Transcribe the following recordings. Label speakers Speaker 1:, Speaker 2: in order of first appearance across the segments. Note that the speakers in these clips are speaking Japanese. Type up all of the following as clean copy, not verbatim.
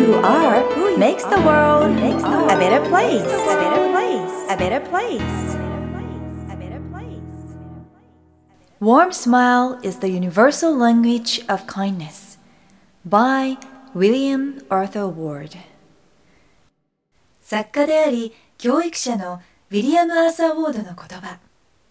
Speaker 1: you are makes the world a better place. A better place. Warm smile is the universal language of kindness by William Arthur Ward。 作家であり教育者のウィリアム・アーサー・ウォードの言葉。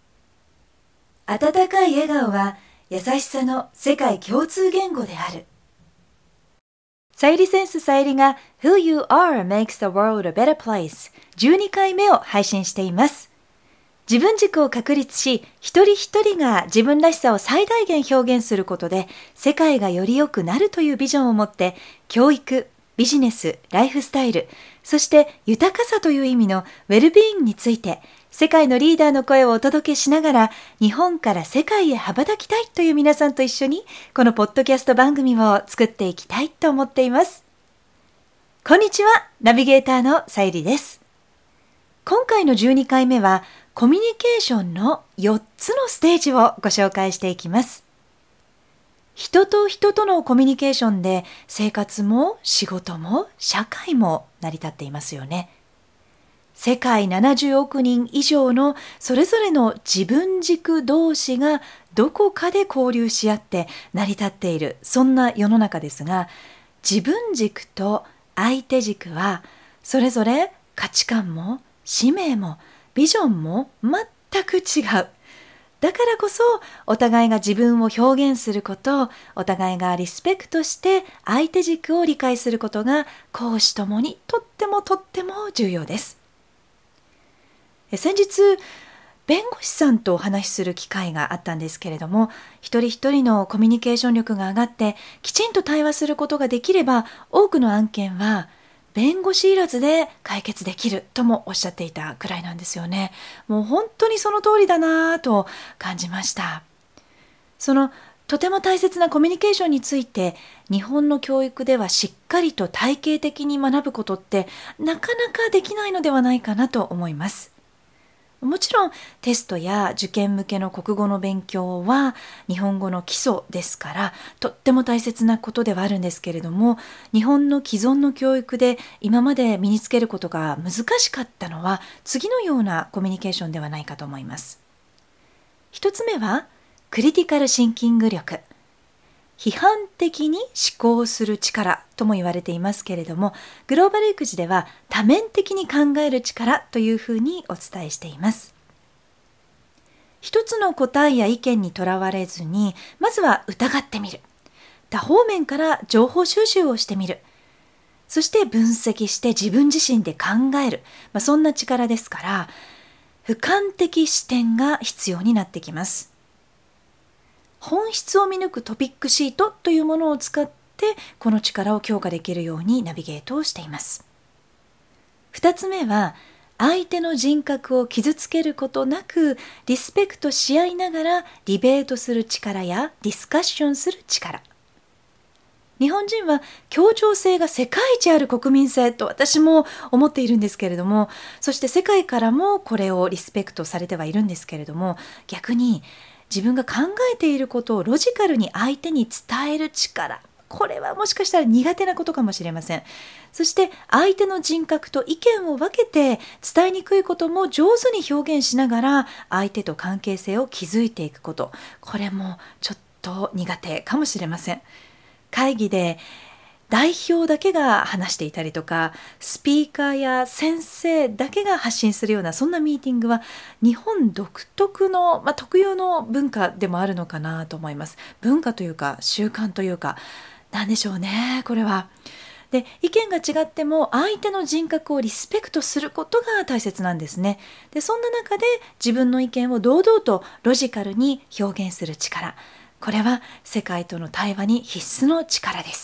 Speaker 1: 温かい笑顔は優しさの世界共通言語である。さゆりセンスさゆりが Who You Are Makes the World a Better Place 12回目を配信しています。自分軸を確立し、一人一人が自分らしさを最大限表現することで、世界がより良くなるというビジョンを持って、教育、ビジネス、ライフスタイル、そして豊かさという意味のウェルビーイングについて、世界のリーダーの声をお届けしながら、日本から世界へ羽ばたきたいという皆さんと一緒に、このポッドキャスト番組を作っていきたいと思っています。こんにちは、ナビゲーターのさゆりです。今回の12回目は、コミュニケーションの4つのステージをご紹介していきます。人と人とのコミュニケーションで生活も仕事も社会も成り立っていますよね。世界70億人以上のそれぞれの自分軸同士がどこかで交流し合って成り立っている、そんな世の中ですが、自分軸と相手軸はそれぞれ価値観も使命もビジョンも全く違う。だからこそお互いが自分を表現すること、お互いがリスペクトして相手軸を理解することが公私ともにとっても重要です。先日弁護士さんとお話しする機会があったんですけれども、一人一人のコミュニケーション力が上がってきちんと対話することができれば、多くの案件は弁護士いらずで解決できるともおっしゃっていたくらいなんですよね。もう本当にその通りだなと感じました。そのとても大切なコミュニケーションについて、日本の教育ではしっかりと体系的に学ぶことってなかなかできないのではないかなと思います。もちろんテストや受験向けの国語の勉強は日本語の基礎ですから、とっても大切なことではあるんですけれども、日本の既存の教育で今まで身につけることが難しかったのは次のようなコミュニケーションではないかと思います。一つ目はクリティカルシンキング力。批判的に思考する力とも言われていますけれども、グローバル育児では多面的に考える力というふうにお伝えしています。一つの答えや意見にとらわれずに、まずは疑ってみる。多方面から情報収集をしてみる。そして分析して自分自身で考える。そんな力ですから、俯瞰的視点が必要になってきます。本質を見抜くトピックシートというものを使ってこの力を強化できるようにナビゲートをしています。2つ目は相手の人格を傷つけることなくリスペクトし合いながらディベートする力やディスカッションする力。日本人は協調性が世界一ある国民性と私も思っているんですけれども、そして世界からもこれをリスペクトされてはいるんですけれども、逆に自分が考えていることをロジカルに相手に伝える力、これはもしかしたら苦手なことかもしれません。そして相手の人格と意見を分けて伝えにくいことも上手に表現しながら相手と関係性を築いていくこと、これもちょっと苦手かもしれません。会議で代表だけが話していたりとか、スピーカーや先生だけが発信するようなそんなミーティングは日本独特の、特有の文化でもあるのかなと思います。文化というか習慣というかなんでしょうね、これは。で、意見が違っても相手の人格をリスペクトすることが大切なんですね。で、そんな中で自分の意見を堂々とロジカルに表現する力、これは世界との対話に必須の力です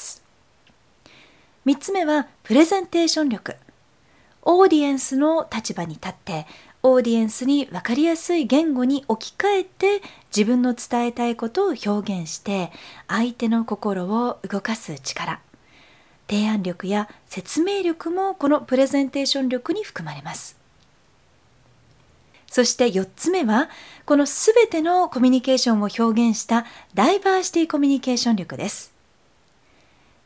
Speaker 1: 。3つ目はプレゼンテーション力。オーディエンスの立場に立って、オーディエンスに分かりやすい言語に置き換えて自分の伝えたいことを表現して相手の心を動かす力。提案力や説明力もこのプレゼンテーション力に含まれます。そして4つ目はこのすべてのコミュニケーションを表現したダイバーシティコミュニケーション力です。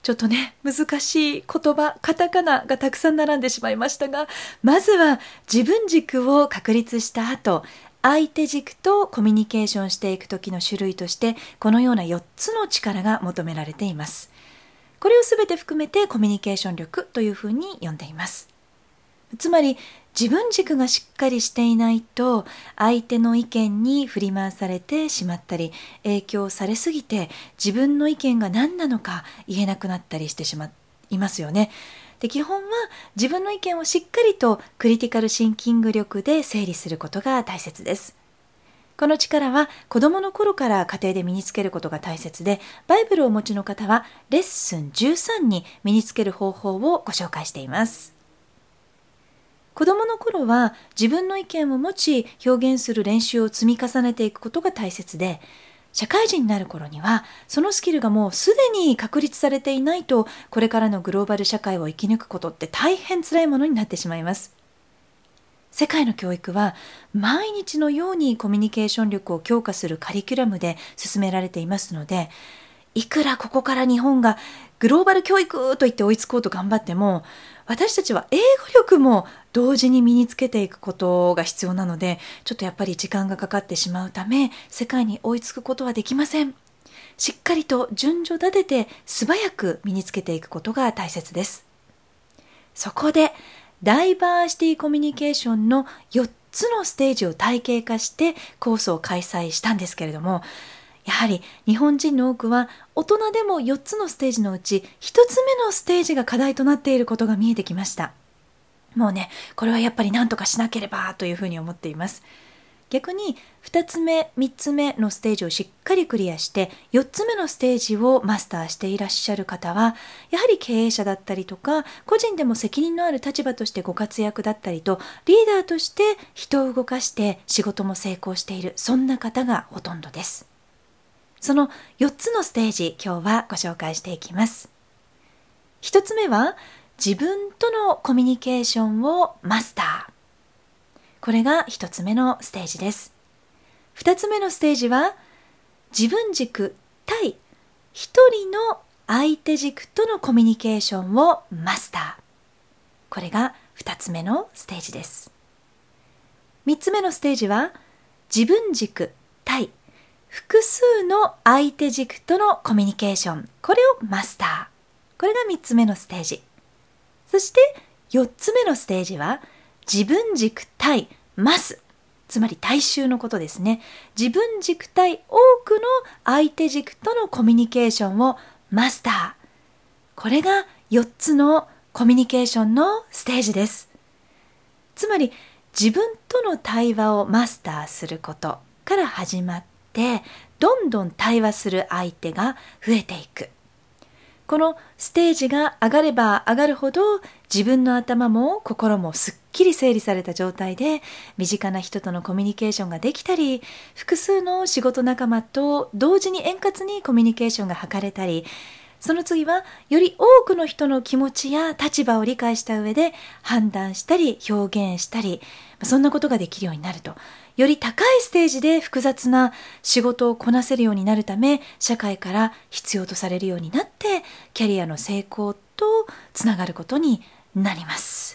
Speaker 1: ちょっとね、難しい言葉、カタカナがたくさん並んでしまいましたが、まずは自分軸を確立した後、相手軸とコミュニケーションしていく時の種類として、このような4つの力が求められています。これをすべて含めてコミュニケーション力というふうに呼んでいます。つまり、自分軸がしっかりしていないと、相手の意見に振り回されてしまったり、影響されすぎて自分の意見が何なのか言えなくなったりしてしまいますよね。で、基本は自分の意見をしっかりとクリティカルシンキング力で整理することが大切です。この力は子供の頃から家庭で身につけることが大切で、バイブルをお持ちの方はレッスン13に身につける方法をご紹介しています。子供の頃は自分の意見を持ち表現する練習を積み重ねていくことが大切で、社会人になる頃にはそのスキルがもうすでに確立されていないと、これからのグローバル社会を生き抜くことって大変辛いものになってしまいます。世界の教育は毎日のようにコミュニケーション力を強化するカリキュラムで進められていますので、いくらここから日本がグローバル教育と言って追いつこうと頑張っても、私たちは英語力も同時に身につけていくことが必要なので、ちょっとやっぱり時間がかかってしまうため、世界に追いつくことはできません。しっかりと順序立てて素早く身につけていくことが大切です。そこでダイバーシティコミュニケーションの4つのステージを体系化してコースを開催したんですけれども、やはり日本人の多くは大人でも4つのステージのうち1つ目のステージが課題となっていることが見えてきました。もうね、これはやっぱり何とかしなければというふうに思っています。逆に2つ目、3つ目のステージをしっかりクリアして4つ目のステージをマスターしていらっしゃる方は、やはり経営者だったりとか、個人でも責任のある立場としてご活躍だったりと、リーダーとして人を動かして仕事も成功している、そんな方がほとんどです。その4つのステージ、今日はご紹介していきます。1つ目は自分とのコミュニケーションをマスター。これが1つ目のステージです。2つ目のステージは自分軸対1人の相手軸とのコミュニケーションをマスター。これが2つ目のステージです。3つ目のステージは自分軸対複数の相手軸とのコミュニケーション。これをマスター。これが3つ目のステージ。そして4つ目のステージは自分軸対マス。つまり大衆のことですね。自分軸対多くの相手軸とのコミュニケーションをマスター。これが4つのコミュニケーションのステージです。つまり自分との対話をマスターすることから始まって、どんどん対話する相手が増えていく。このステージが上がれば上がるほど、自分の頭も心もすっきり整理された状態で、身近な人とのコミュニケーションができたり、複数の仕事仲間と同時に円滑にコミュニケーションが図れたり、その次はより多くの人の気持ちや立場を理解した上で判断したり表現したり、そんなことができるようになると、より高いステージで複雑な仕事をこなせるようになるため、社会から必要とされるようになって、キャリアの成功とつながることになります。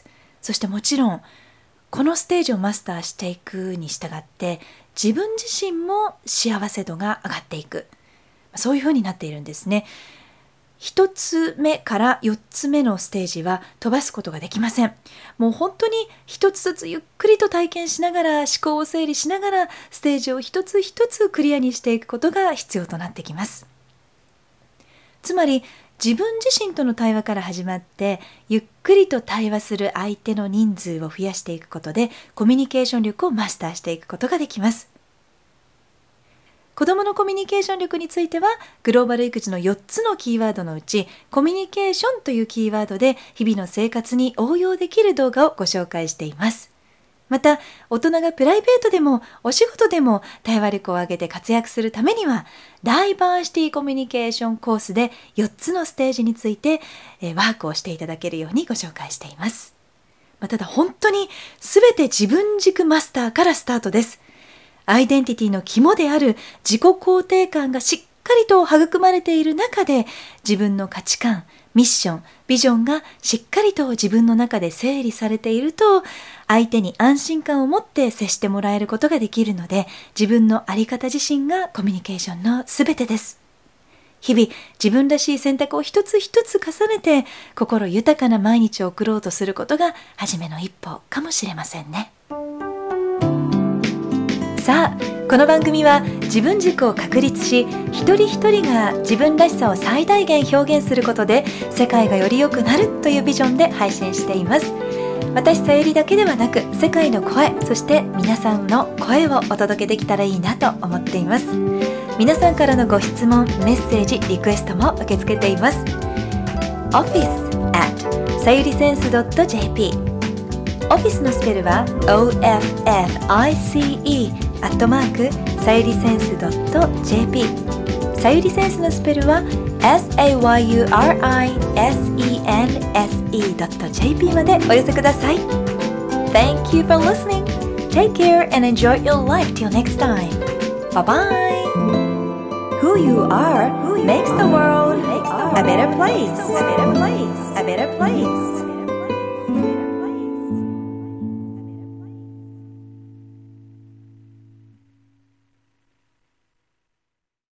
Speaker 1: そしてもちろん、このステージをマスターしていくに従って、自分自身も幸せ度が上がっていく。そういうふうになっているんですね。1つ目から4つ目のステージは飛ばすことができません。もう本当に一つずつゆっくりと体験しながら、思考を整理しながら、ステージを一つ一つクリアにしていくことが必要となってきます。つまり自分自身との対話から始まって、ゆっくりと対話する相手の人数を増やしていくことで、コミュニケーション力をマスターしていくことができます。子どものコミュニケーション力については、グローバル育児の4つのキーワードのうち、コミュニケーションというキーワードで日々の生活に応用できる動画をご紹介しています。また、大人がプライベートでもお仕事でも対話力を上げて活躍するためには、ダイバーシティコミュニケーションコースで4つのステージについてワークをしていただけるようにご紹介しています。ただ本当に全て自分軸マスターからスタートです。アイデンティティの肝である自己肯定感がしっかりと育まれている中で、自分の価値観、ミッション、ビジョンがしっかりと自分の中で整理されていると、相手に安心感を持って接してもらえることができるので、自分の在り方自身がコミュニケーションのすべてです。日々自分らしい選択を一つ一つ重ねて、心豊かな毎日を送ろうとすることが初めの一歩かもしれませんね。さあ、この番組は自分軸を確立し、一人一人が自分らしさを最大限表現することで世界がより良くなるというビジョンで配信しています。私さゆりだけではなく、世界の声、そして皆さんの声をお届けできたらいいなと思っています。皆さんからのご質問、メッセージ、リクエストも受け付けています。office@sayurisense.jp、 オフィスのスペルは office@sayurisense.jp、 さゆりセンスのスペルは sayurisense.jp までお寄せください。 Thank you for listening. Take care and enjoy your life till next time. Bye bye. Who you are makes the world a better place.